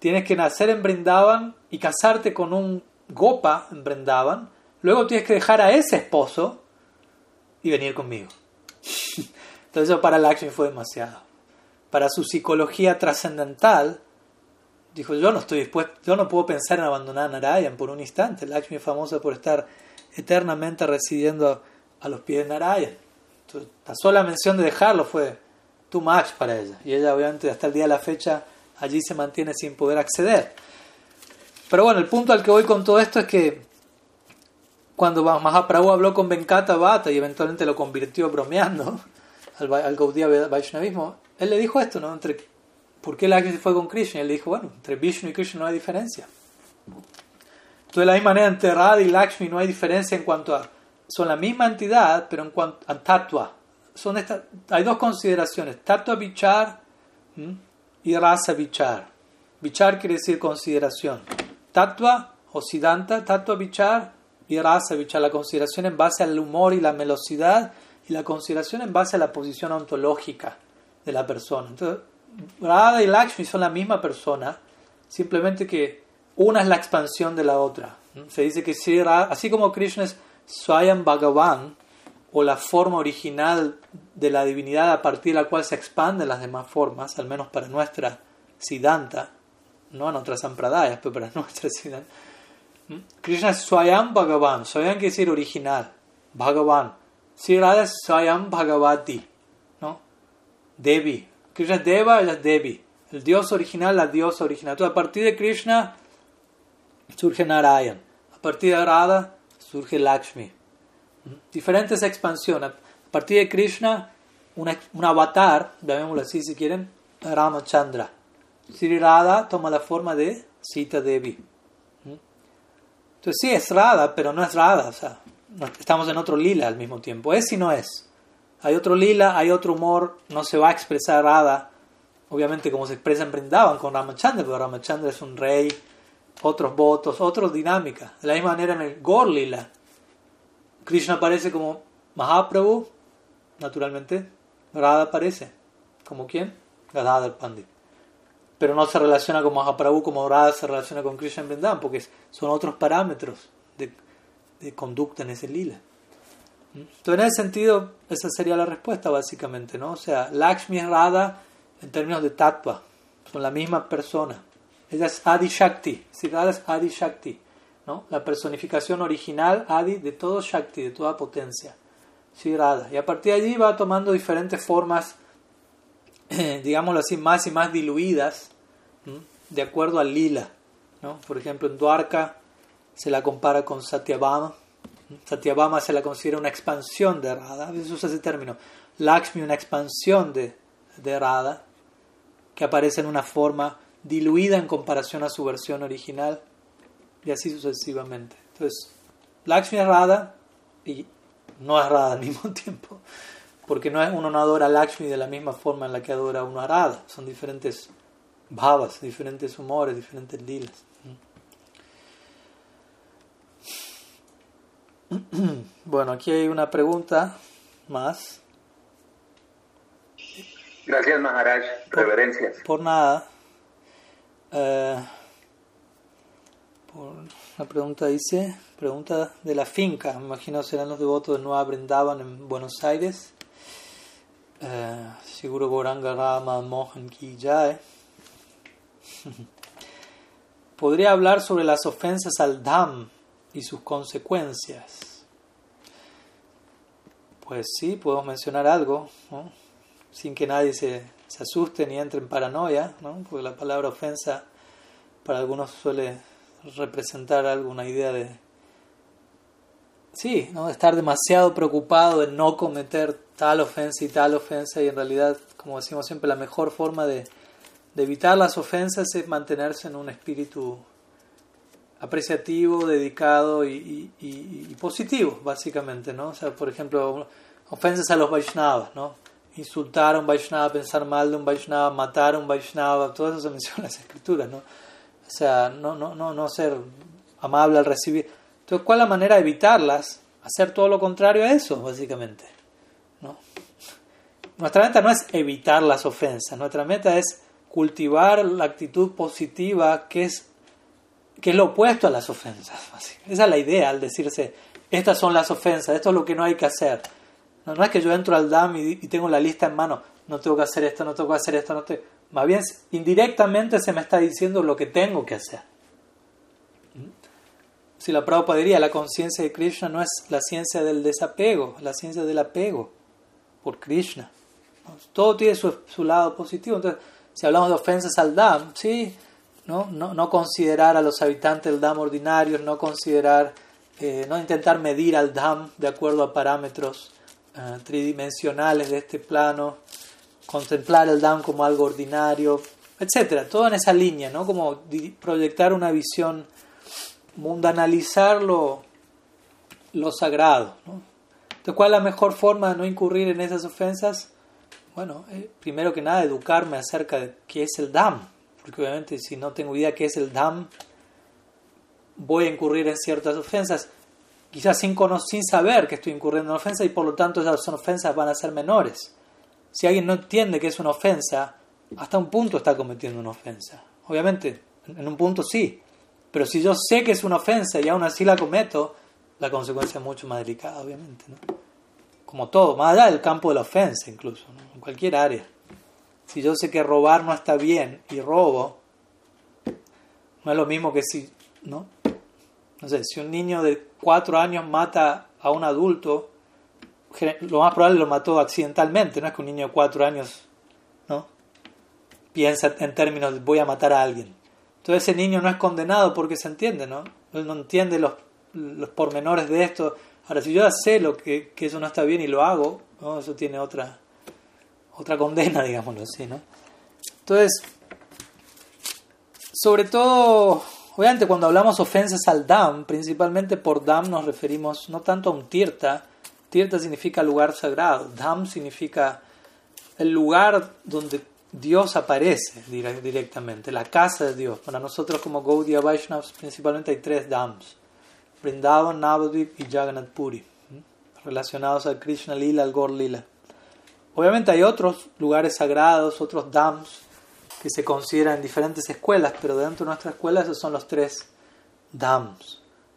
tienes que nacer en Vrindavan y casarte con un gopa en Vrindavan, luego tienes que dejar a ese esposo y venir conmigo. Entonces eso para Lakshmi fue demasiado. Para su psicología trascendental, dijo, yo no estoy dispuesto, yo no puedo pensar en abandonar a Narayan por un instante. Lakshmi es famosa por estar eternamente residiendo a los pies de Narayan. Entonces, la sola mención de dejarlo fue too much para ella. Y ella obviamente hasta el día de la fecha allí se mantiene sin poder acceder. Pero bueno, el punto al que voy con todo esto es que cuando Mahaprabhu habló con Venkata Bhatta y eventualmente lo convirtió bromeando al Gaudiya Vaishnavismo, él le dijo esto, ¿no? ¿Por qué Lakshmi fue con Krishna? Y él le dijo, bueno, entre Vishnu y Krishna no hay diferencia. Entonces, de la misma manera, entre Radha y Lakshmi no hay diferencia en cuanto a... Son la misma entidad, pero en cuanto a tattva. Hay dos consideraciones, tattva vichar y rasa vichar. Vichar quiere decir consideración. Tattva o siddhanta, tattva vichar y rasa vichar. La consideración en base al humor y la melosidad, y la consideración en base a la posición ontológica de la persona. Entonces, Radha y Lakshmi son la misma persona, simplemente que una es la expansión de la otra. Se dice que así como Krishna es Swayam Bhagavan, o la forma original de la divinidad a partir de la cual se expanden las demás formas, al menos para nuestra Siddhanta, no en otras sampradayas, pero para nuestra Siddhanta. Krishna es Swayam Bhagavan, Swayam quiere decir original, Bhagavan. Sri Radha es Swayam Bhagavati, ¿no? Devi. Krishna es Deva, ella es Devi. El Dios original, la diosa original. Entonces, a partir de Krishna surge Narayan. A partir de Radha surge Lakshmi. Diferentes expansiones. A partir de Krishna, un avatar, llamémoslo así si quieren, Ramachandra. Sri Radha toma la forma de Sita Devi. Entonces sí, es Radha, pero no es Radha. O sea, estamos en otro lila al mismo tiempo. Es y no es. Hay otro lila, hay otro humor, no se va a expresar Radha, obviamente como se expresa en Vrindavan con Ramachandra, pero Ramachandra es un rey, otros votos, otras dinámicas. De la misma manera en el Gaur Lila, Krishna aparece como Mahaprabhu, naturalmente, Radha aparece. ¿Como quién? Gadadhar Pandit. Pero no se relaciona con Mahaprabhu como Radha se relaciona con Krishna en Vrindavan, porque son otros parámetros de conducta en ese lila. Entonces, en ese sentido, esa sería la respuesta, básicamente, ¿no? O sea, Lakshmi es Radha en términos de tattva, son la misma persona. Ella es Adi Shakti, si Radha es Adi Shakti, ¿no? La personificación original, Adi, de todo Shakti, de toda potencia. Sí, Radha. Y a partir de allí va tomando diferentes formas, digámoslo así, más y más diluidas, de acuerdo al lila, ¿no? Por ejemplo, en Dwarka se la compara con Satyabhama. Satyabhama se la considera una expansión de Radha, a veces usa ese término. Lakshmi, una expansión de Radha, que aparece en una forma diluida en comparación a su versión original, y así sucesivamente. Entonces, Lakshmi es Radha y no es Radha al mismo tiempo, porque uno no adora a Lakshmi de la misma forma en la que adora uno a Radha. Son diferentes bhavas, diferentes humores, diferentes lilas. Bueno, aquí hay una pregunta más. Gracias, Maharaj. Reverencias. Por nada. La pregunta dice, pregunta de la finca. Me imagino serán los devotos de Nueva Vrindavan en Buenos Aires. Seguro Gauranga Rama Mohan Ki Jai. ¿Podría hablar sobre las ofensas al Dham y sus consecuencias? Pues sí, podemos mencionar algo, ¿no? Sin que nadie se asuste ni entre en paranoia, ¿no? Porque la palabra ofensa para algunos suele representar alguna idea de sí, ¿no? De estar demasiado preocupado de no cometer tal ofensa, y en realidad, como decimos siempre, la mejor forma de evitar las ofensas es mantenerse en un espíritu apreciativo, dedicado y positivo, básicamente, ¿no? O sea, por ejemplo, ofensas a los Vaishnavas, ¿no? Insultar a un Vaishnava, pensar mal de un Vaishnava, matar a un Vaishnava, todo eso se menciona en las escrituras, ¿no? O sea, no ser amable al recibir. Entonces, ¿cuál es la manera de evitarlas? Hacer todo lo contrario a eso, básicamente, ¿no? Nuestra meta no es evitar las ofensas, nuestra meta es cultivar la actitud positiva que es lo opuesto a las ofensas. Esa es la idea al decirse, estas son las ofensas, esto es lo que no hay que hacer. No es que yo entro al Dham y tengo la lista en mano, no tengo que hacer esto, no tengo que hacer esto, más bien indirectamente se me está diciendo lo que tengo que hacer. Si la Prabhupada diría, la conciencia de Krishna no es la ciencia del desapego, la ciencia del apego por Krishna. Todo tiene su lado positivo. Entonces, si hablamos de ofensas al Dham, sí, no considerar a los habitantes del Dham ordinarios, no considerar, no intentar medir al Dham de acuerdo a parámetros tridimensionales de este plano, contemplar el Dham como algo ordinario, etcétera. Todo en esa línea, ¿no? Como proyectar una visión, mundanalizar lo sagrado, ¿no? Entonces, ¿cuál es la mejor forma de no incurrir en esas ofensas? Bueno, primero que nada, educarme acerca de qué es el Dham, porque obviamente si no tengo idea qué es el Dham, voy a incurrir en ciertas ofensas, quizás sin saber que estoy incurriendo en ofensas, y por lo tanto esas ofensas van a ser menores. Si alguien no entiende que es una ofensa, hasta un punto está cometiendo una ofensa. Obviamente, en un punto sí, pero si yo sé que es una ofensa y aún así la cometo, la consecuencia es mucho más delicada, obviamente, ¿no? Como todo, más allá del campo de la ofensa incluso, ¿no? En cualquier área. Si yo sé que robar no está bien y robo, no es lo mismo que si, ¿no? No sé, si un niño de 4 años mata a un adulto, lo más probable lo mató accidentalmente, no es que un niño de 4 años, ¿no?, piensa en términos de voy a matar a alguien. Entonces ese niño no es condenado porque se entiende, ¿no? Él no entiende los pormenores de esto. Ahora, si yo ya sé que eso no está bien y lo hago, ¿no?, eso tiene otra condena, digámoslo así, ¿no? Entonces, sobre todo, obviamente cuando hablamos ofensas al Dham, principalmente por Dham nos referimos no tanto a un tirtha. Tirtha significa lugar sagrado. Dham significa el lugar donde Dios aparece directamente, la casa de Dios. Para nosotros como Gaudiya Vaishnavas principalmente hay 3 Dhams: Vrindavan, Navadvip y Jagannath Puri, relacionados al Krishna Lila, al Gaur Lila. Obviamente hay otros lugares sagrados, otros Dhams que se consideran en diferentes escuelas, pero dentro de nuestra escuela esos son los 3 Dhams.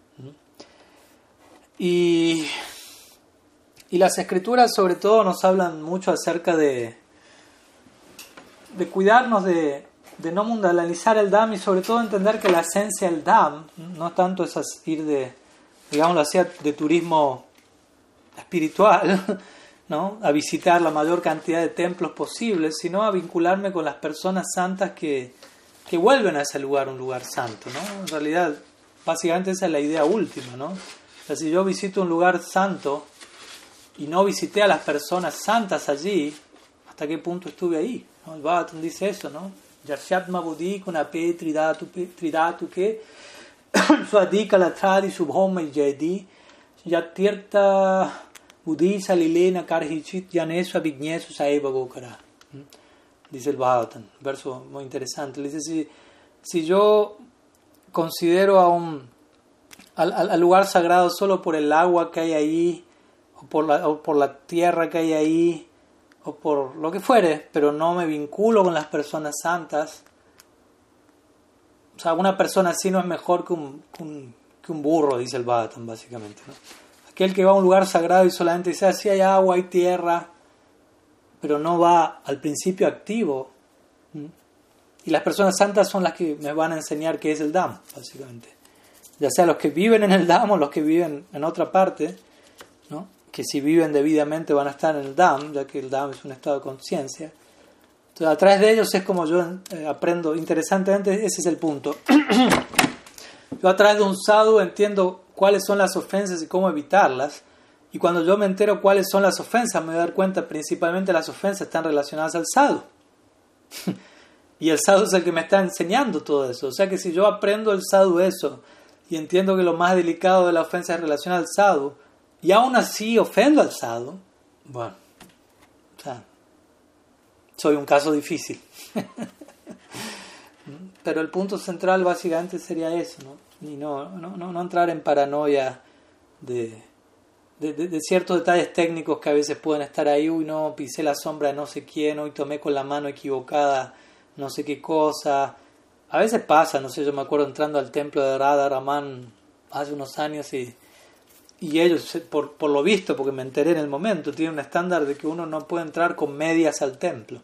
Y las escrituras sobre todo nos hablan mucho acerca de cuidarnos de no mundanalizar el Dham, y sobre todo entender que la esencia del Dham no tanto es ir de, digámoslo así, de turismo espiritual, ¿no?, a visitar la mayor cantidad de templos posibles, sino a vincularme con las personas santas que vuelven a ese lugar un lugar santo, ¿no? En realidad, básicamente esa es la idea última, ¿no? O sea, si yo visito un lugar santo y no visité a las personas santas allí, ¿hasta qué punto estuve ahí? ¿No? El Bhagavatam dice eso, ¿no? Yarshatma buddhi kunape tridatu ke swadika latradi subhoma yedi yatirta buddhi salilena karhichit yanesva vignesu saeva gokara. Dice el Bhagavatam, verso muy interesante. Le dice, si yo considero al lugar sagrado solo por el agua que hay ahí, o por la tierra que hay ahí, o por lo que fuere, pero no me vinculo con las personas santas, o sea, una persona así no es mejor que un burro, dice el Bhagavatam, básicamente, ¿no? Aquel que va a un lugar sagrado y solamente dice, sí hay agua, hay tierra, pero no va al principio activo. Y las personas santas son las que me van a enseñar qué es el Dham, básicamente. Ya sea los que viven en el Dham o los que viven en otra parte, ¿no?, que si viven debidamente van a estar en el Dham, ya que el Dham es un estado de conciencia. Entonces, a través de ellos es como yo aprendo. Interesantemente, ese es el punto. Yo a través de un sadhu entiendo cuáles son las ofensas y cómo evitarlas. Y cuando yo me entero cuáles son las ofensas, me voy a dar cuenta principalmente las ofensas están relacionadas al sadhu. Y el sadhu es el que me está enseñando todo eso. O sea que si yo aprendo el sadhu eso y entiendo que lo más delicado de la ofensa es relacionado al sadhu, y aún así ofendo al sadhu, bueno, o sea, soy un caso difícil. Pero el punto central básicamente sería eso, ¿no? Y no entrar en paranoia de ciertos detalles técnicos que a veces pueden estar ahí. Uy, no, pisé la sombra de no sé quién, hoy tomé con la mano equivocada no sé qué cosa. A veces pasa, no sé, yo me acuerdo entrando al templo de Radha Raman hace unos años y ellos, por lo visto, porque me enteré en el momento, tienen un estándar de que uno no puede entrar con medias al templo.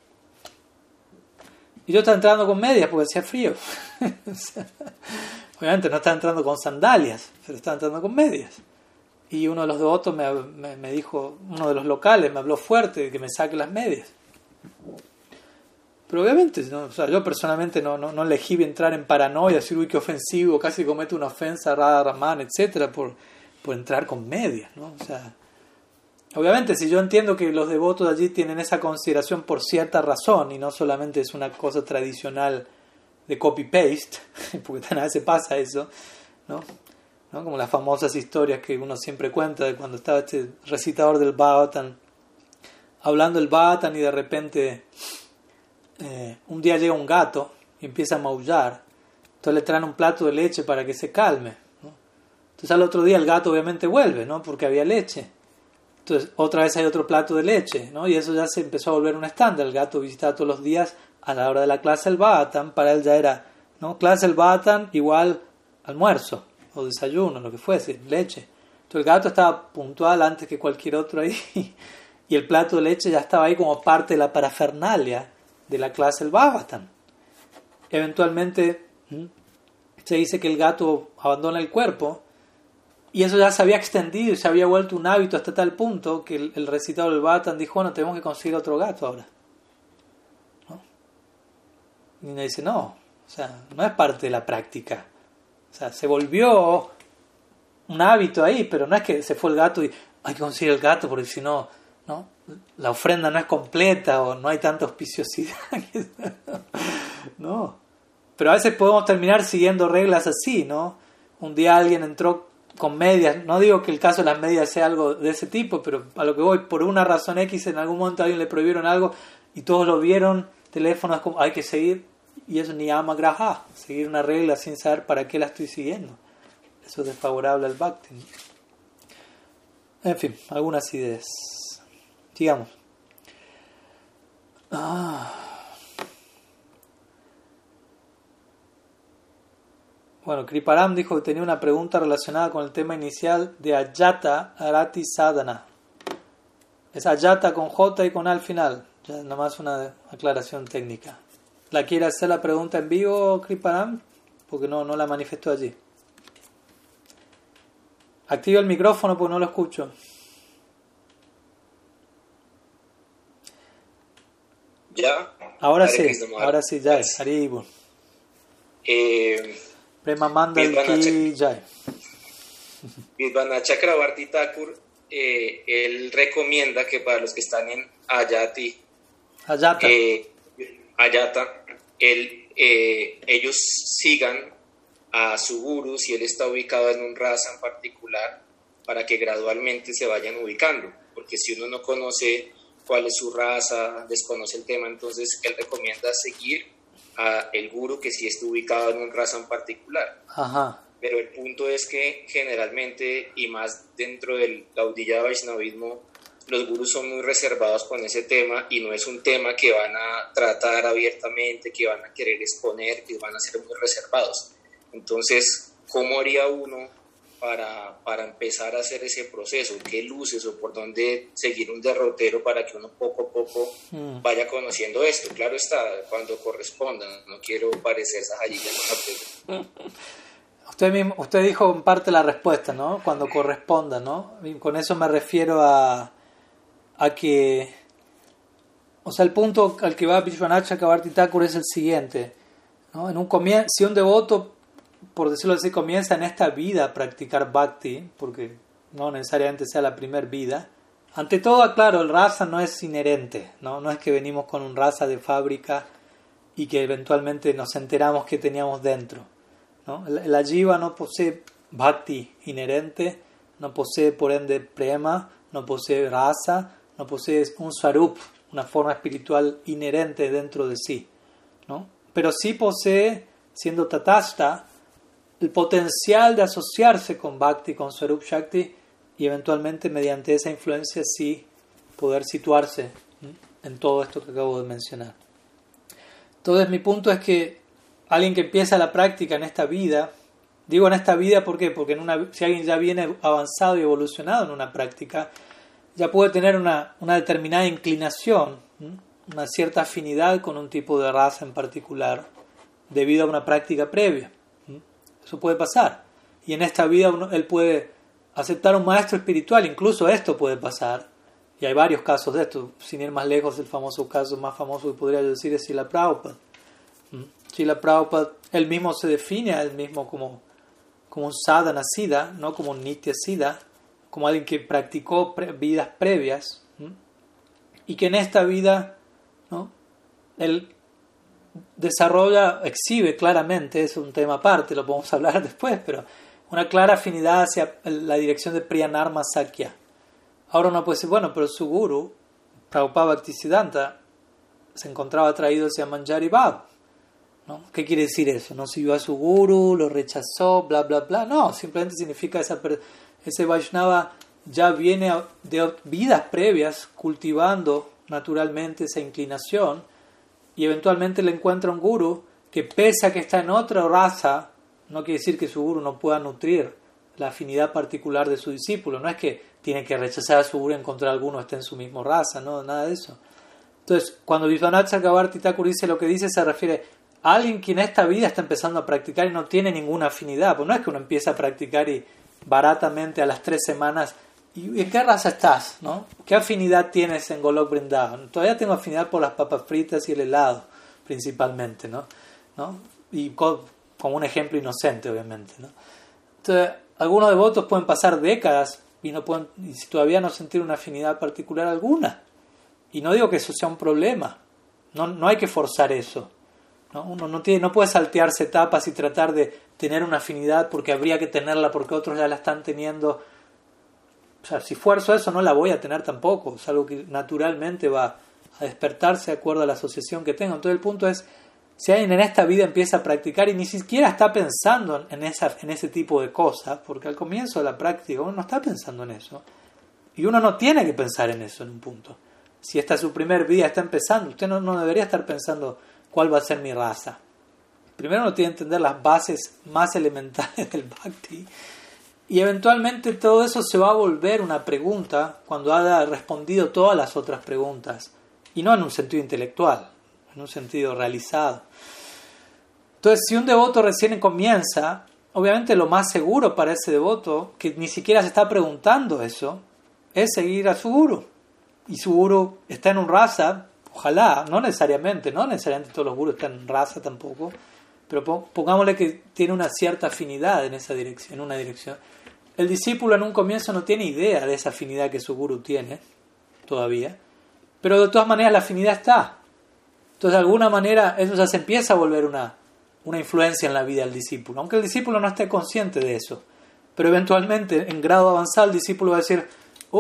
Y yo estaba entrando con medias porque hacía frío. Obviamente no estaba entrando con sandalias, pero estaba entrando con medias. Y uno de los devotos me dijo, uno de los locales me habló fuerte de que me saque las medias. Pero obviamente, ¿no? O sea, yo personalmente no elegí entrar en paranoia, decir, uy, qué ofensivo, casi cometo una ofensa a Radha Raman, etcétera, por entrar con medias, ¿no? O sea, obviamente, si yo entiendo que los devotos de allí tienen esa consideración por cierta razón y no solamente es una cosa tradicional de copy-paste, porque tan a veces pasa eso, ¿no? Como las famosas historias que uno siempre cuenta de cuando estaba este recitador del Bhagavatam hablando el Bhagavatam y de repente un día llega un gato y empieza a maullar, entonces le traen un plato de leche para que se calme, ¿no? Entonces al otro día el gato obviamente vuelve, ¿no? Porque había leche. Entonces otra vez hay otro plato de leche, ¿no? Y eso ya se empezó a volver un estándar. El gato visitaba todos los días a la hora de la clase del Bhagavatam, para él ya era, ¿no? Clase del Bhagavatam igual almuerzo o desayuno, lo que fuese, leche. Entonces el gato estaba puntual antes que cualquier otro ahí y el plato de leche ya estaba ahí como parte de la parafernalia de la clase del Bhagavatam. Eventualmente se dice que el gato abandona el cuerpo y eso ya se había extendido y se había vuelto un hábito hasta tal punto que el recitador del Bhagavatam dijo, bueno, tenemos que conseguir otro gato ahora, ¿no? Y uno dice, no, o sea, no es parte de la práctica. O sea, se volvió un hábito ahí, pero no es que se fue el gato y hay que conseguir el gato porque si no, ¿no? La ofrenda no es completa o no hay tanta auspiciosidad. No. Pero a veces podemos terminar siguiendo reglas así, ¿no? Un día alguien entró con medias, no digo que el caso de las medias sea algo de ese tipo, pero a lo que voy, por una razón X, en algún momento a alguien le prohibieron algo y todos lo vieron, teléfonos como hay que seguir, y eso ni ama graja, seguir una regla sin saber para qué la estoy siguiendo. Eso es desfavorable al bhakti, ¿no? En fin, algunas ideas. Sigamos. Bueno, Kriparam dijo que tenía una pregunta relacionada con el tema inicial de Ayata Arati Sadhana. Es Ayata con J y con A al final. Ya nada más una aclaración técnica. ¿La quiere hacer la pregunta en vivo, Kriparam? Porque no la manifestó allí. Activa el micrófono porque no lo escucho. ¿Ya? Ahora sí, ya. Haribu. Prema Mandal ki jai. Vidvana Chakravarti Thakur, él recomienda que para los que están en Ayata, ellos sigan a su guru si él está ubicado en un rasa en particular, para que gradualmente se vayan ubicando, porque si uno no conoce cuál es su raza, desconoce el tema, entonces él recomienda seguir a el guru que sí esté ubicado en un raza en particular. Ajá. Pero el punto es que generalmente, y más dentro del Gaudiya Vaishnavismo, los gurús son muy reservados con ese tema y no es un tema que van a tratar abiertamente, que van a querer exponer, que van a ser muy reservados. Entonces, ¿cómo haría uno para empezar a hacer ese proceso? ¿Qué luces o por dónde seguir un derrotero para que uno poco a poco vaya conociendo esto? Claro está, cuando corresponda. No quiero parecer Sahayika con la pregunta. Usted dijo en parte la respuesta, ¿no? Cuando corresponda, ¿no? Y con eso me refiero a que, o sea, el punto al que va Vishwanath Chakravarti Thakur es el siguiente, ¿no? Si un devoto, por decirlo así, comienza en esta vida a practicar bhakti, porque no necesariamente sea la primer vida, ante todo, claro, el rasa no es inherente, ¿no? No es que venimos con un rasa de fábrica y que eventualmente nos enteramos que teníamos dentro, ¿no? La jiva no posee bhakti inherente, no posee por ende prema, no posee rasa, no posee un swarup, una forma espiritual inherente dentro de sí, ¿no? Pero sí posee, siendo tatasta, el potencial de asociarse con bhakti, con swarup shakti, y eventualmente mediante esa influencia sí poder situarse en todo esto que acabo de mencionar. Entonces mi punto es que alguien que empieza la práctica en esta vida, digo en esta vida ¿por qué? Porque si alguien ya viene avanzado y evolucionado en una práctica, ya puede tener una determinada inclinación, una cierta afinidad con un tipo de raza en particular, debido a una práctica previa. Eso puede pasar. Y en esta vida él puede aceptar un maestro espiritual, incluso esto puede pasar. Y hay varios casos de esto, sin ir más lejos, el famoso caso más famoso que podría decir es Srila Prabhupada. Srila Prabhupada, él mismo se define a él mismo como un sadhana siddha, no como un nitya siddha, como alguien que practicó vidas previas, y que en esta vida, ¿no?, él exhibe claramente, es un tema aparte, lo podemos hablar después, pero una clara afinidad hacia la dirección de Priyanarma Sakya. Ahora uno puede decir, bueno, pero su guru, Prabhupada Bhaktisiddhanta, se encontraba atraído hacia Manjari Bhav, ¿no? ¿Qué quiere decir eso? No siguió a su guru, lo rechazó, bla, bla, bla. No, simplemente significa ese Vaishnava ya viene de vidas previas cultivando naturalmente esa inclinación y eventualmente le encuentra un guru que, pese a que está en otra raza, no quiere decir que su guru no pueda nutrir la afinidad particular de su discípulo. No es que tiene que rechazar a su guru y encontrar alguno que esté en su misma raza, no, nada de eso. Entonces, cuando Vishwanath Chakravarti Thakur dice lo que dice, se refiere a alguien que en esta vida está empezando a practicar y no tiene ninguna afinidad. Pues no es que uno empieza a practicar y baratamente a las 3 semanas, ¿y en qué raza estás? ¿No? ¿Qué afinidad tienes en Golok Vrindavan? Todavía tengo afinidad por las papas fritas y el helado, principalmente, ¿no? Y como un ejemplo inocente, obviamente, ¿no? Entonces, algunos devotos pueden pasar décadas y todavía no sentir una afinidad particular alguna. Y no digo que eso sea un problema. No hay que forzar eso, ¿no? Uno no puede saltearse etapas y tratar de tener una afinidad porque habría que tenerla porque otros ya la están teniendo. O sea, si fuerzo eso no la voy a tener tampoco. Es algo que naturalmente va a despertarse de acuerdo a la asociación que tengo. Entonces el punto es, si alguien en esta vida empieza a practicar y ni siquiera está pensando en ese tipo de cosas, porque al comienzo de la práctica uno no está pensando en eso, y uno no tiene que pensar en eso en un punto. Si esta es su primer vida, está empezando, usted no debería estar pensando cuál va a ser mi raza. Primero uno tiene que entender las bases más elementales del bhakti, y eventualmente todo eso se va a volver una pregunta cuando haya respondido todas las otras preguntas, y no en un sentido intelectual, en un sentido realizado. Entonces, si un devoto recién comienza, obviamente lo más seguro para ese devoto, que ni siquiera se está preguntando eso, es seguir a su guru. Y su guru está en un rasa, ojalá, no necesariamente todos los gurus están en rasa tampoco, pero pongámosle que tiene una cierta afinidad en esa dirección, en una dirección. El discípulo en un comienzo no tiene idea de esa afinidad que su guru tiene todavía, pero de todas maneras la afinidad está. Entonces, de alguna manera, eso ya se empieza a volver una influencia en la vida del discípulo, aunque el discípulo no esté consciente de eso. Pero eventualmente, en grado avanzado, el discípulo va a decir,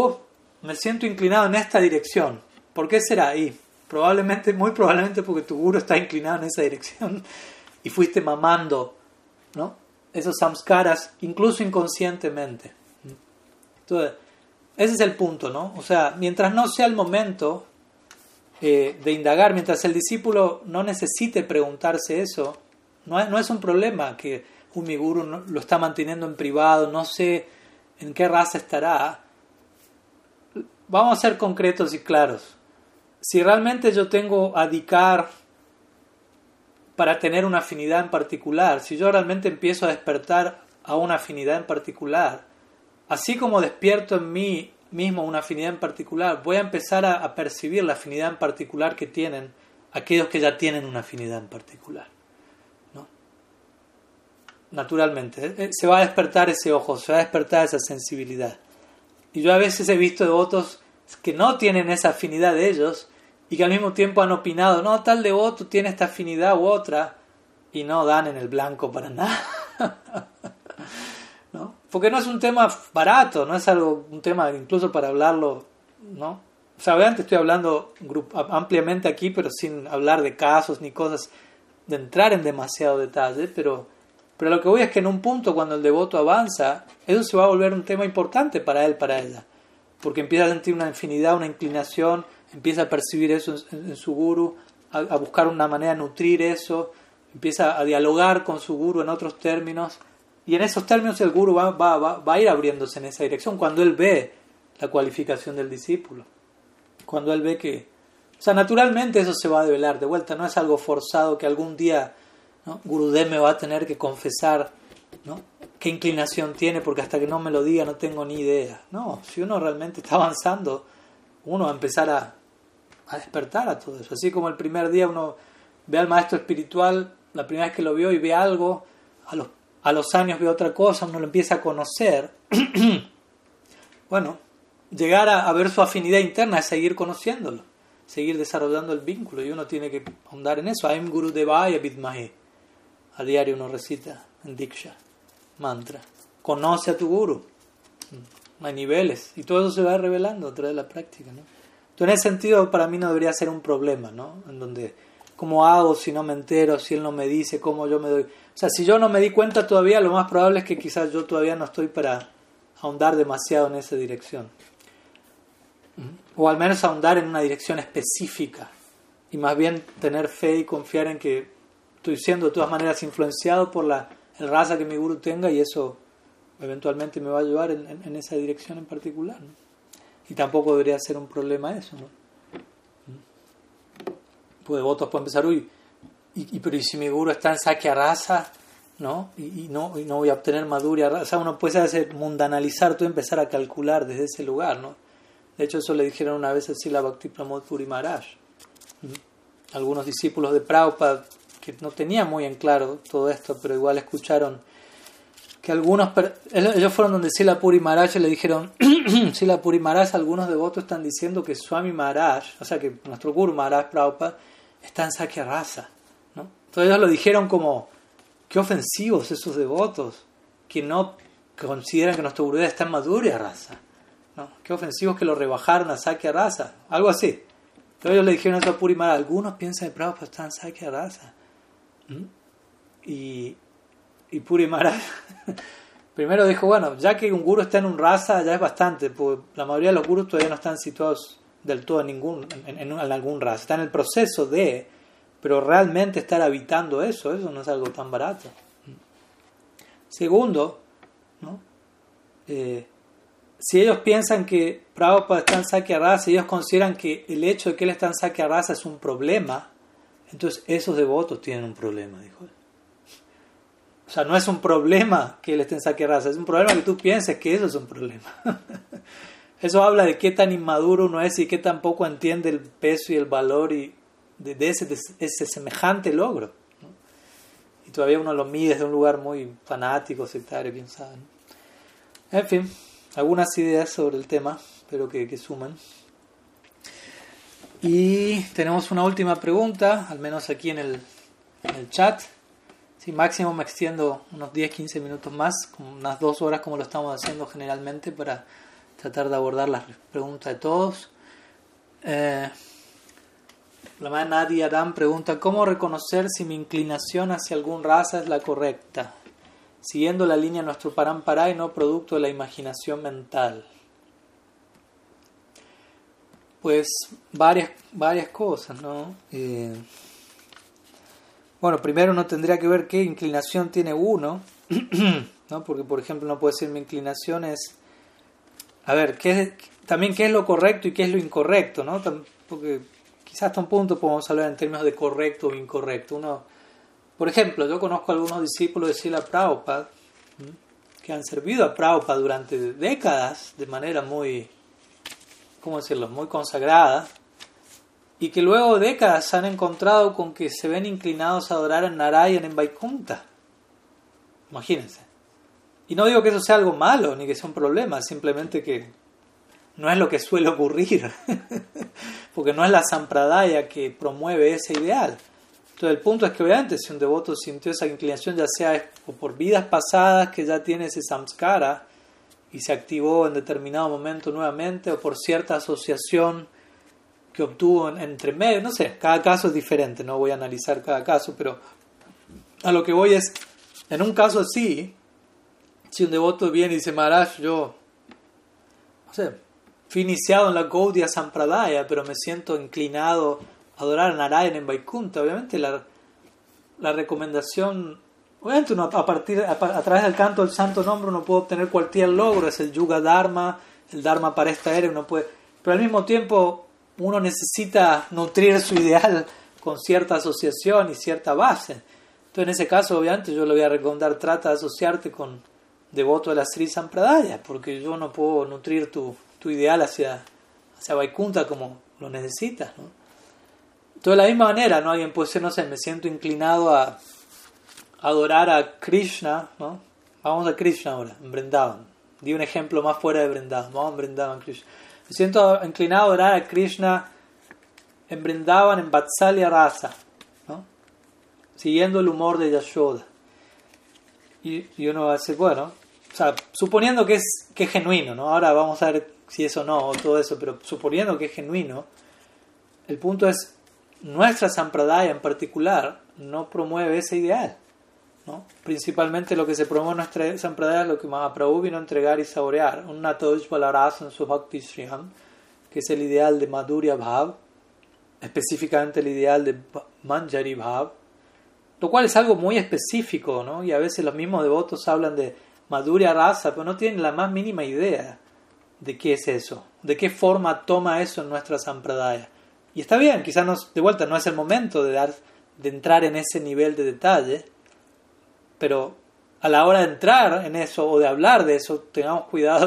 me siento inclinado en esta dirección. ¿Por qué será? Y muy probablemente porque tu guru está inclinado en esa dirección y fuiste mamando, ¿no?, esos samskaras, incluso inconscientemente. Entonces, ese es el punto, ¿no? O sea, mientras no sea el momento de indagar, mientras el discípulo no necesite preguntarse eso, no es un problema que mi guru lo está manteniendo en privado, no sé en qué raza estará. Vamos a ser concretos y claros. Si realmente yo tengo adhikar para tener una afinidad en particular, si yo realmente empiezo a despertar a una afinidad en particular, así como despierto en mí mismo una afinidad en particular, voy a empezar a percibir la afinidad en particular que tienen aquellos que ya tienen una afinidad en particular, ¿no? Naturalmente, se va a despertar ese ojo, se va a despertar esa sensibilidad. Y yo a veces he visto devotos que no tienen esa afinidad de ellos y que al mismo tiempo han opinado, no, tal devoto tiene esta afinidad u otra, y no dan en el blanco para nada. ¿No? Porque no es un tema barato, no es un tema incluso para hablarlo, ¿no? O sea, obviamente estoy hablando ampliamente aquí, pero sin hablar de casos ni cosas, de entrar en demasiado detalle, pero lo que voy es que en un punto cuando el devoto avanza, eso se va a volver un tema importante para él, para ella, porque empieza a sentir una afinidad, una inclinación, empieza a percibir eso en su guru, a buscar una manera de nutrir eso, empieza a dialogar con su guru en otros términos, y en esos términos el guru va a ir abriéndose en esa dirección cuando él ve la cualificación del discípulo, cuando él ve que, o sea, naturalmente eso se va a develar de vuelta, no es algo forzado que algún día, ¿no?, Gurudev me va a tener que confesar, ¿no?, qué inclinación tiene, porque hasta que no me lo diga no tengo ni idea. No, si uno realmente está avanzando, uno va a empezar a despertar a todo eso. Así como el primer día uno ve al maestro espiritual, la primera vez que lo vio y ve algo, a los años ve otra cosa, uno lo empieza a conocer. Bueno, llegar a ver su afinidad interna es seguir conociéndolo, seguir desarrollando el vínculo, y uno tiene que ahondar en eso. Aim Guru Devaya Vidmahe. A diario uno recita en Diksha, mantra. Conoce a tu guru. Hay niveles, y todo eso se va revelando a través de la práctica, ¿no? Entonces, en ese sentido, para mí no debería ser un problema, ¿no? En donde, ¿cómo hago si no me entero? Si él no me dice, ¿cómo yo me doy? O sea, si yo no me di cuenta todavía, lo más probable es que quizás yo todavía no estoy para ahondar demasiado en esa dirección. O al menos ahondar en una dirección específica. Y más bien tener fe y confiar en que estoy siendo de todas maneras influenciado por el raza que mi guru tenga, y eso eventualmente me va a ayudar en esa dirección en particular, ¿no? Y tampoco debería ser un problema eso, ¿no? Pues devotos pueden pensar, pero ¿y si mi guru está en Sakya Rasa, ¿no? Y no voy a obtener Madhurya Rasa? O sea, uno puede hacer mundanalizar todo y empezar a calcular desde ese lugar, ¿no? De hecho, eso le dijeron una vez a Srila Bhakti Pramod Puri Maharaj. Algunos discípulos de Prabhupada que no tenían muy en claro todo esto, pero igual escucharon que ellos fueron donde Srila Puri Maharaj y le dijeron, Srila Puri Maharaj, algunos devotos están diciendo que Swami Maharaj, o sea que nuestro Guru Maharaj Prabhupada, está en Sakya Rasa, ¿no? Entonces ellos lo dijeron como, qué ofensivos esos devotos que no consideran que nuestro Gurudev está en Madhurya Rasa, ¿no? Qué ofensivos que lo rebajaron a Sakya Rasa, algo así. Entonces ellos le dijeron eso a Puri Maharaj, algunos piensan que Prabhupada está en Sakya Rasa. Y Puri Maharaj primero dijo, bueno, ya que un guru está en un rasa ya es bastante, porque la mayoría de los gurus todavía no están situados del todo en algún rasa, está en el proceso de, pero realmente estar habitando eso no es algo tan barato. Segundo, ¿no? Si ellos piensan que Prabhupada está en Sakya Rasa y ellos consideran que el hecho de que él está en Sakya Rasa es un problema, entonces esos devotos tienen un problema, dijo él. O sea, no es un problema que él esté en Sakya Rasa, es un problema que tú pienses que eso es un problema. Eso habla de qué tan inmaduro uno es y qué tan poco entiende el peso y el valor y de ese semejante logro, ¿no? Y todavía uno lo mide desde un lugar muy fanático, sectario, quién sabe, ¿no? En fin, algunas ideas sobre el tema, espero que suman. Y tenemos una última pregunta, al menos aquí en el chat. Sí, máximo me extiendo unos 10-15 minutos más, como unas 2 horas como lo estamos haciendo generalmente, para tratar de abordar las preguntas de todos. La madre Nadia Adam pregunta, ¿cómo reconocer si mi inclinación hacia algún raza es la correcta, siguiendo la línea de nuestro parampara y no producto de la imaginación mental? Pues varias cosas, ¿no? Bueno, primero uno tendría que ver qué inclinación tiene uno, ¿no? Porque, por ejemplo, uno puede decir mi inclinación es... A ver, también qué es lo correcto y qué es lo incorrecto, ¿no? Porque quizás hasta un punto podemos hablar en términos de correcto o incorrecto. Por ejemplo, yo conozco a algunos discípulos de Srila Prabhupada, ¿sí?, que han servido a Prabhupada durante décadas de manera muy, ¿cómo decirlo?, muy consagrada, y que luego de décadas se han encontrado con que se ven inclinados a adorar a Narayan en Vaikunta. Imagínense. Y no digo que eso sea algo malo, ni que sea un problema, simplemente que no es lo que suele ocurrir, porque no es la sampradaya que promueve ese ideal. Entonces el punto es que obviamente si un devoto sintió esa inclinación, ya sea o por vidas pasadas que ya tiene ese samskara y se activó en determinado momento nuevamente, o por cierta asociación que obtuvo entre medio, no sé, cada caso es diferente, no voy a analizar cada caso, pero a lo que voy es, en un caso así, si un devoto viene y dice, Maharaj, yo, no sé, fui iniciado en la Gaudiya Sampradaya, pero me siento inclinado adorar a Narayana en Vaikuntha. Obviamente la recomendación, obviamente uno a través del canto del santo nombre uno puede obtener cualquier logro, es el Yuga Dharma, el Dharma para esta era, uno puede, pero al mismo tiempo uno necesita nutrir su ideal con cierta asociación y cierta base. Entonces en ese caso obviamente yo le voy a recomendar, trata de asociarte con devoto de la Sri Sampradaya, porque yo no puedo nutrir tu ideal hacia Vaikuntha como lo necesitas, ¿no? Entonces de la misma manera, ¿no? Alguien puede ser, no sé, me siento inclinado a adorar a Krishna, ¿no? Vamos a Krishna ahora, en Vrindavan. Di un ejemplo más fuera de Vrindavan. Vamos a Vrindavan, Krishna. Me siento inclinado a adorar a Krishna en Vrindavan, en Vatsalya Rasa, ¿no? Siguiendo el humor de Yashoda. Y uno va a decir, bueno, o sea, suponiendo que es genuino, ¿no? Ahora vamos a ver si eso no, o todo eso, pero suponiendo que es genuino, el punto es, nuestra Sampradaya en particular no promueve ese ideal, ¿no? Principalmente lo que se promueve en nuestra Sampradaya es lo que Mahaprabhu vino a entregar y saborear, un Natoj Rasa su Bhakti Shriham, que es el ideal de Madhurya Bhav, específicamente el ideal de Manjari Bhav, lo cual es algo muy específico, ¿no? Y a veces los mismos devotos hablan de Madhurya Rasa, pero no tienen la más mínima idea de qué es eso, de qué forma toma eso en nuestra Sampradaya. Y está bien, quizás de vuelta no es el momento de entrar en ese nivel de detalle, pero a la hora de entrar en eso o de hablar de eso, tengamos cuidado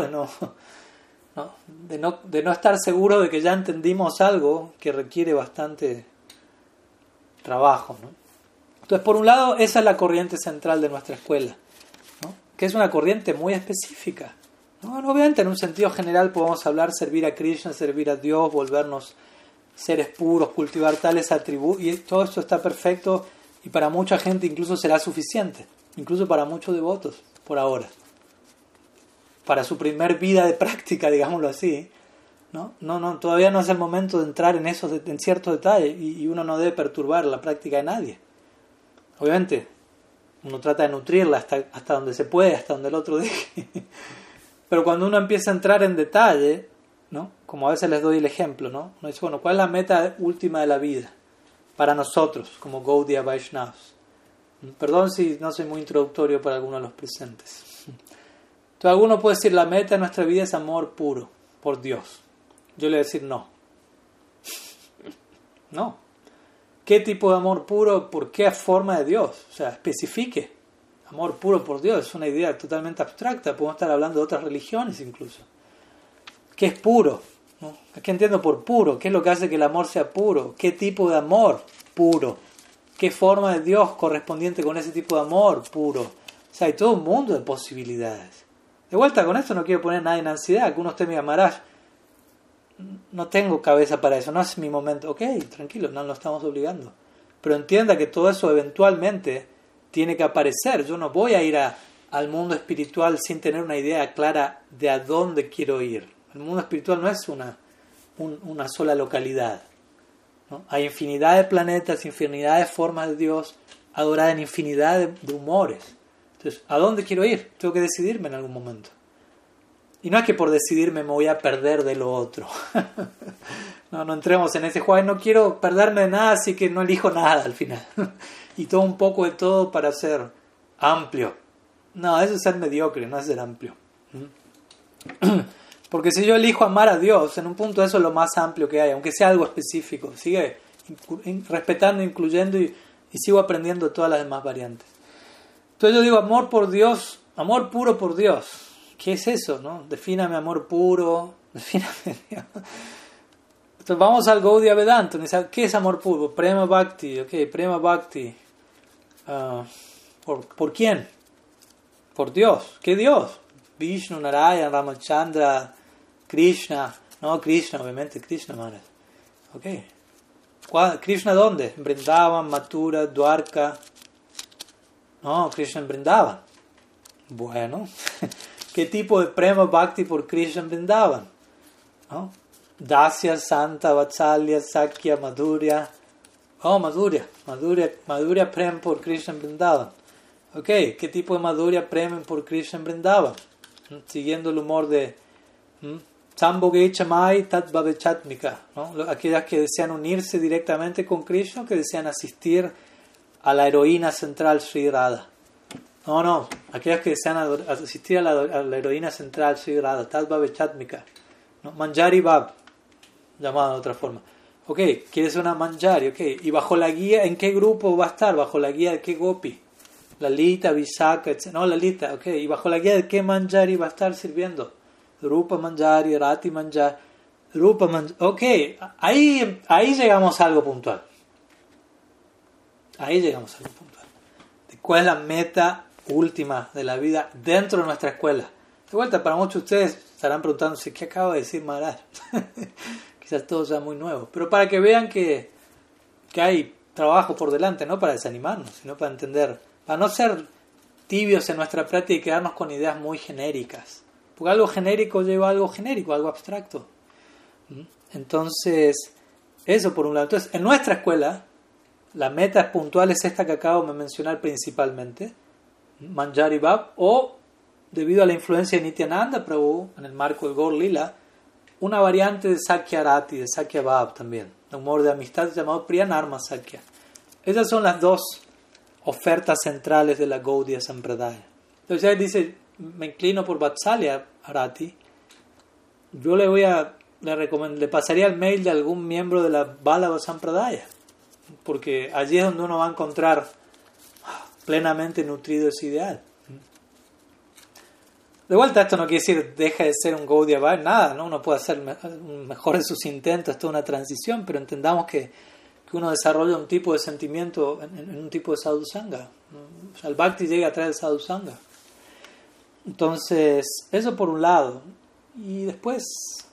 de no estar seguro de que ya entendimos algo que requiere bastante trabajo, ¿no? Entonces, por un lado, esa es la corriente central de nuestra escuela, ¿no? Que es una corriente muy específica, ¿no? Obviamente, en un sentido general podemos hablar servir a Krishna, servir a Dios, volvernos seres puros, cultivar tales atributos, y todo esto está perfecto y para mucha gente incluso será suficiente, incluso para muchos devotos, por ahora. Para su primer vida de práctica, digámoslo así, ¿no? Todavía no es el momento de entrar en ciertos detalles y uno no debe perturbar la práctica de nadie. Obviamente, uno trata de nutrirla hasta donde se puede, hasta donde el otro deje. Pero cuando uno empieza a entrar en detalle, ¿no? Como a veces les doy el ejemplo, ¿no? Uno dice, bueno, ¿cuál es la meta última de la vida para nosotros, como Gaudiya Vaishnavas? Perdón si no soy muy introductorio para algunos de los presentes. Entonces, alguno puede decir, la meta de nuestra vida es amor puro por Dios. Yo le voy a decir, no. No. ¿Qué tipo de amor puro? ¿Por qué forma de Dios? O sea, especifique. Amor puro por Dios es una idea totalmente abstracta. Podemos estar hablando de otras religiones incluso. ¿Qué es puro? ¿No? ¿Qué entiendo por puro? ¿Qué es lo que hace que el amor sea puro? ¿Qué tipo de amor puro? ¿Qué forma de Dios correspondiente con ese tipo de amor puro? O sea, hay todo un mundo de posibilidades. De vuelta, con esto no quiero poner nada en ansiedad. Algunos te me digan, Maharaj, no tengo cabeza para eso, no es mi momento. Ok, tranquilo, no lo estamos obligando. Pero entienda que todo eso eventualmente tiene que aparecer. Yo no voy a ir al mundo espiritual sin tener una idea clara de a dónde quiero ir. El mundo espiritual no es una sola localidad, ¿no? Hay infinidad de planetas, infinidad de formas de Dios, adorada en infinidad de humores. Entonces, ¿a dónde quiero ir? Tengo que decidirme en algún momento. Y no es que por decidirme me voy a perder de lo otro. No entremos en ese juego. No quiero perderme de nada, así que no elijo nada al final. Y todo un poco de todo para ser amplio. No, eso es ser mediocre, no es ser amplio. Porque si yo elijo amar a Dios, en un punto eso es lo más amplio que hay, aunque sea algo específico. Sigue respetando, incluyendo y sigo aprendiendo todas las demás variantes. Entonces yo digo, amor por Dios, amor puro por Dios. ¿Qué es eso, no? Defíname amor puro, defíname Dios. Entonces vamos al Gaudiya Vedanta. ¿Qué es amor puro? Prema Bhakti, ok, Prema Bhakti. ¿Por quién? Por Dios. ¿Qué Dios? Vishnu, Narayana, Ramachandra, Krishna. No, Krishna, obviamente, Krishna, Maharaj. Ok. ¿Krishna dónde? En Vrindavan, Mathura, Dwarka. No, Krishna en Vrindavan. Bueno. ¿Qué tipo de Prema Bhakti por Krishna en Vrindavan? ¿No? Dasya, Santa, Vatsalya, Sakya, Madhurya. Oh, Madhurya Prem por Krishna en Vrindavan. Ok, ¿qué tipo de Madhurya Prem por Krishna en Vrindavan? Siguiendo el humor de Tamboge chamai tat bhavechatmika, ¿no? Aquellas que desean unirse directamente con Krishna, que desean asistir a la heroína central Sri Radha. No, aquellas que desean asistir a la heroína central Sri Radha, tat bhavechatmika, ¿no? Manjari Bhav, llamado de otra forma. Ok, quieres una manjari, ok. ¿Y bajo la guía, en qué grupo va a estar? ¿Bajo la guía de qué gopi? Lalita, Vishaka, etc. No, Lalita, ok. ¿Y bajo la guía de qué manjari va a estar sirviendo? Rupa manjari, Rati manjari, Rupa manjari. Ok, ahí llegamos a algo puntual. Ahí llegamos a algo puntual. ¿De cuál es la meta última de la vida dentro de nuestra escuela? De vuelta, para muchos de ustedes estarán preguntándose, ¿qué acaba de decir Maharaj? Quizás todo sea muy nuevo, pero para que vean que hay trabajo por delante, no para desanimarnos, sino para entender, para no ser tibios en nuestra práctica y quedarnos con ideas muy genéricas, porque algo genérico lleva a algo genérico, algo abstracto. Entonces, eso por un lado. Entonces, en nuestra escuela, la meta puntual es esta que acabo de mencionar principalmente, Manjari Bhav, o debido a la influencia de Nityananda Prabhu en el marco del Gaur Lila, una variante de Sakya Rati, de Sakya Bhav también, de humor de amistad llamado Priyanarma Sakya. Esas son las dos ofertas centrales de la Gaudiya Sampradaya. Entonces él dice, me inclino por Vatsalya Rati, yo le pasaría el mail de algún miembro de la Vallabha Sampradaya, porque allí es donde uno va a encontrar plenamente nutrido ese ideal. De vuelta, esto no quiere decir deja de ser un Gaudiya Vaishnava, nada, ¿no? Uno puede hacer mejor en sus intentos, esto es una transición, pero entendamos que uno desarrolla un tipo de sentimiento en un tipo de sadhusanga. O sea, el bhakti llega a través del sadhusanga. Entonces, eso por un lado. Y después,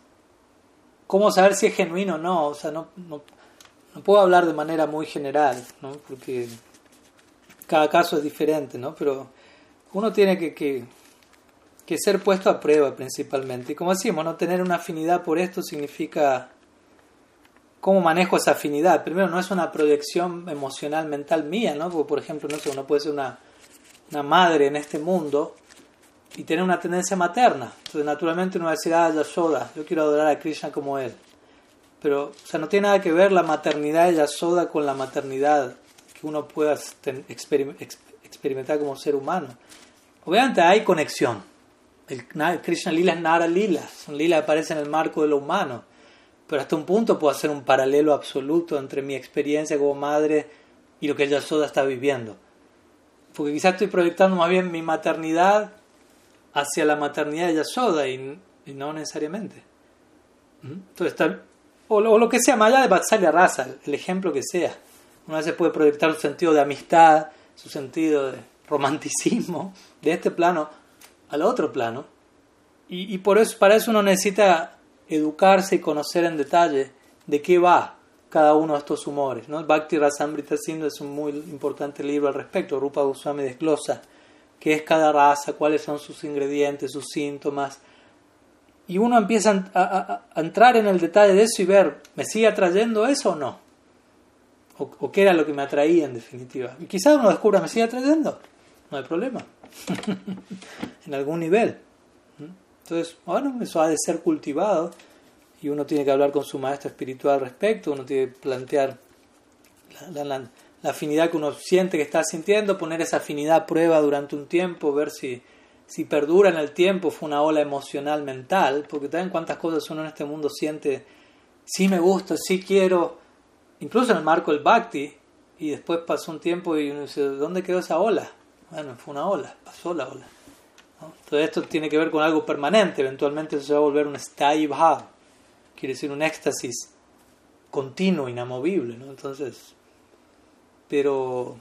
¿cómo saber si es genuino o no? O sea, no puedo hablar de manera muy general, ¿no? Porque cada caso es diferente, ¿no? Pero uno tiene que ser puesto a prueba principalmente. Y como decimos, no tener una afinidad por esto significa cómo manejo esa afinidad. Primero, no es una proyección emocional, mental mía, ¿no? Porque, por ejemplo, no sé, uno puede ser una madre en este mundo y tener una tendencia materna. Entonces, naturalmente, uno va a decir, Yashoda, yo quiero adorar a Krishna como él. Pero, o sea, no tiene nada que ver la maternidad de Yashoda con la maternidad que uno pueda experimentar como ser humano. Obviamente hay conexión. El Krishna Lila es Nara Lila, son Lila que aparecen en el marco de lo humano, pero hasta un punto puedo hacer un paralelo absoluto entre mi experiencia como madre y lo que Yashoda está viviendo, porque quizás estoy proyectando más bien mi maternidad hacia la maternidad de Yashoda y no necesariamente. Entonces, o lo que sea, más allá de Vatsalya Rasa, el ejemplo que sea, una vez se puede proyectar su sentido de amistad, su sentido de romanticismo de este plano al otro plano, y por eso, para eso uno necesita educarse y conocer en detalle de qué va cada uno de estos humores, ¿no? Bhakti Rasamrita Sindhu es un muy importante libro al respecto. Rupa Goswami desglosa qué es cada raza, cuáles son sus ingredientes, sus síntomas, y uno empieza a entrar en el detalle de eso y ver, ¿me sigue atrayendo eso o no? O qué era lo que me atraía en definitiva. Y quizás uno descubra, ¿me sigue atrayendo? No hay problema. En algún nivel. Entonces, bueno, eso ha de ser cultivado y uno tiene que hablar con su maestro espiritual al respecto, uno tiene que plantear la afinidad que uno siente que está sintiendo, poner esa afinidad a prueba durante un tiempo, ver si perdura en el tiempo, fue una ola emocional mental, porque también cuántas cosas uno en este mundo siente, sí me gusta, sí quiero, incluso en el marco del Bhakti, y después pasó un tiempo y uno dice, ¿dónde quedó esa ola? Bueno, fue una ola, pasó la ola, ¿no? Todo esto tiene que ver con algo permanente, eventualmente eso se va a volver un Sthayi Bhav, quiere decir un éxtasis continuo, inamovible, ¿no? Entonces, pero,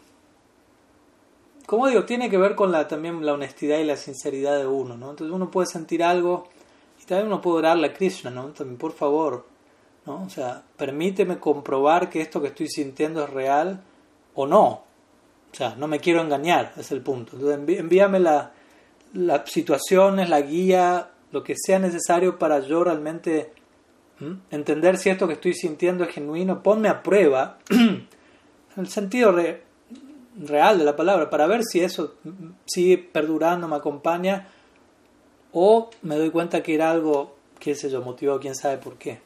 como digo, tiene que ver con también la honestidad y la sinceridad de uno, ¿no? Entonces uno puede sentir algo y también uno puede orarle a Krishna, ¿no? También, por favor, ¿no? O sea, permíteme comprobar que esto que estoy sintiendo es real o no. O sea, no me quiero engañar, es el punto. Entonces, envíame las situaciones, la guía, lo que sea necesario para yo realmente entender si esto que estoy sintiendo es genuino. Ponme a prueba, en el sentido real de la palabra, para ver si eso sigue perdurando, me acompaña, o me doy cuenta que era algo qué sé yo, motivado quién sabe por qué.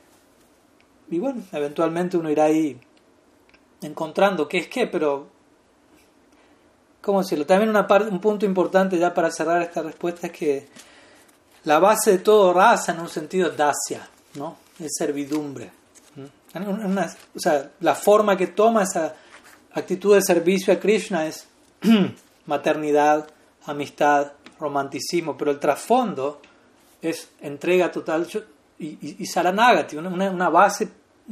Y bueno, eventualmente uno irá ahí encontrando qué es qué, pero ¿cómo decirlo? También un punto importante ya para cerrar esta respuesta es que la base de todo raza en un sentido es dacia, ¿no? Es servidumbre. O sea, la forma que toma esa actitud de servicio a Krishna es maternidad, amistad, romanticismo, pero el trasfondo es entrega total y saranagati, una base,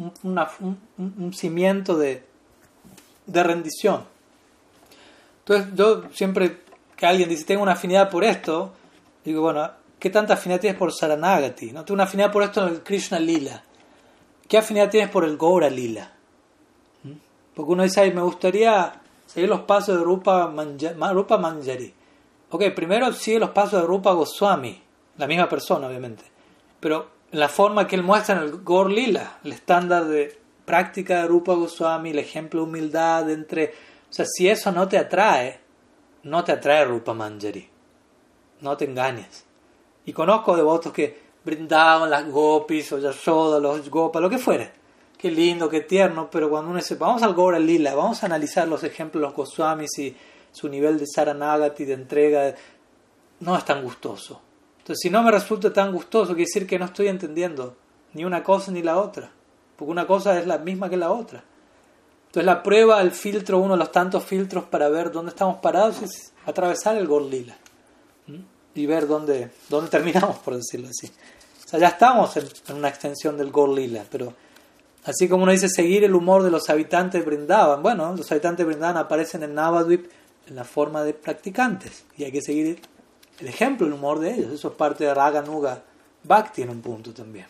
un cimiento de rendición. Entonces yo siempre que alguien dice tengo una afinidad por esto, digo, bueno, ¿qué tanta afinidad tienes por Saranagati? ¿No? Tengo una afinidad por esto en el Krishna Lila. ¿Qué afinidad tienes por el Gaura Lila? Porque uno dice, me gustaría seguir los pasos de Rupa Manjari. Ok, primero sigue los pasos de Rupa Goswami, la misma persona obviamente, pero la forma que él muestra en el Gaur Lila, el estándar de práctica de Rupa Goswami, el ejemplo de humildad o sea, si eso no te atrae Rupa Manjari. No te engañes. Y conozco devotos que brindaban las gopis o Yashoda, los gopas, lo que fuere. Qué lindo, qué tierno, pero cuando uno dice, vamos al Gaura Lila, vamos a analizar los ejemplos de los Goswamis y su nivel de Saranagati, de entrega, no es tan gustoso. Entonces, si no me resulta tan gustoso, quiere decir que no estoy entendiendo ni una cosa ni la otra. Porque una cosa es la misma que la otra. Entonces, la prueba, el filtro, uno de los tantos filtros para ver dónde estamos parados es atravesar el Gaur Lila. Y ver dónde terminamos, por decirlo así. O sea, ya estamos en una extensión del Gaur Lila, pero así como uno dice seguir el humor de los habitantes de Vrindavan, bueno, los habitantes de Vrindavan aparecen en Navadvip en la forma de practicantes y hay que seguir el ejemplo, el humor de ellos. Eso es parte de Raga Nuga Bhakti en un punto también.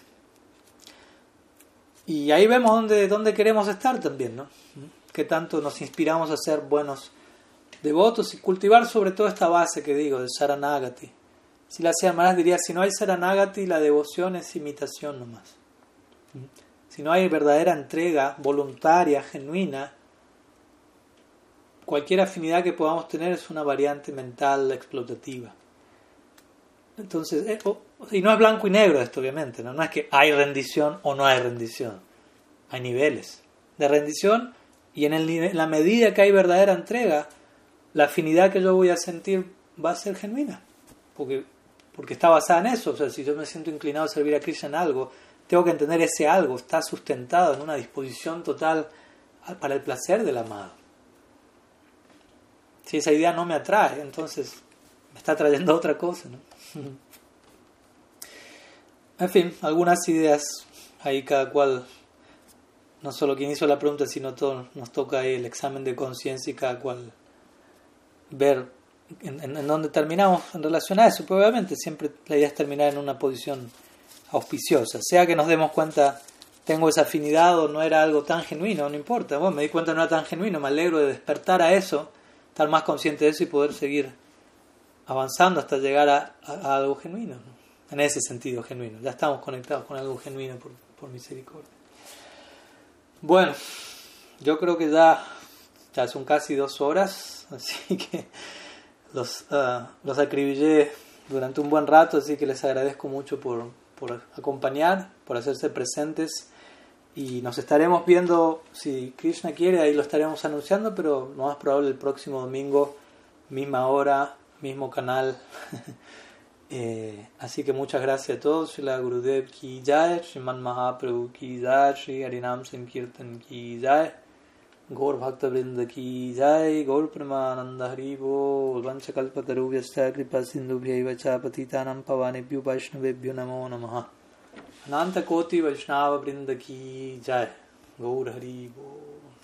Y ahí vemos dónde queremos estar también, ¿no? Qué tanto nos inspiramos a ser buenos devotos y cultivar sobre todo esta base que digo de Saranagati. Si la hacía más diría, si no hay Saranagati, la devoción es imitación nomás. Si no hay verdadera entrega voluntaria, genuina, cualquier afinidad que podamos tener es una variante mental explotativa. Entonces, y no es blanco y negro esto, obviamente, ¿no? No es que hay rendición o no hay rendición. Hay niveles de rendición y en la medida que hay verdadera entrega, la afinidad que yo voy a sentir va a ser genuina. Porque está basada en eso. O sea, si yo me siento inclinado a servir a Krishna en algo, tengo que entender ese algo está sustentado en una disposición total para el placer del amado. Si esa idea no me atrae, entonces me está trayendo otra cosa, ¿no? En fin, algunas ideas ahí cada cual, no solo quien hizo la pregunta, sino todos nos toca ahí el examen de conciencia y cada cual ver en dónde terminamos en relación a eso. Pero obviamente siempre la idea es terminar en una posición auspiciosa, sea que nos demos cuenta tengo esa afinidad o no era algo tan genuino, no importa, bueno, me di cuenta no era tan genuino, me alegro de despertar a eso, estar más consciente de eso y poder seguir avanzando hasta llegar a algo genuino, ¿no? En ese sentido genuino, ya estamos conectados con algo genuino por misericordia. Bueno, yo creo que ya son casi 2 horas, así que los acribillé durante un buen rato, así que les agradezco mucho por acompañar, por hacerse presentes y nos estaremos viendo, si Krishna quiere, ahí lo estaremos anunciando, pero lo más probable el próximo domingo, misma hora, mismo canal. Así que muchas gracias a todos. Srila Gurudev ki jai, Sriman Mahaprabhu ki jai, Sri Harinam Sankirtan ki jai, Gaur Bhakta Vrinda ki jai, Gaur Pramananda Haribo, Vanchakalpatarubhyascha Kripa Sindhubhyaiva cha Patitanam Pavanebhyo Vaishnavebhyo Namo Namaha. Ananta Koti Vaishnava Vrinda ki jai, Gaur Haribo.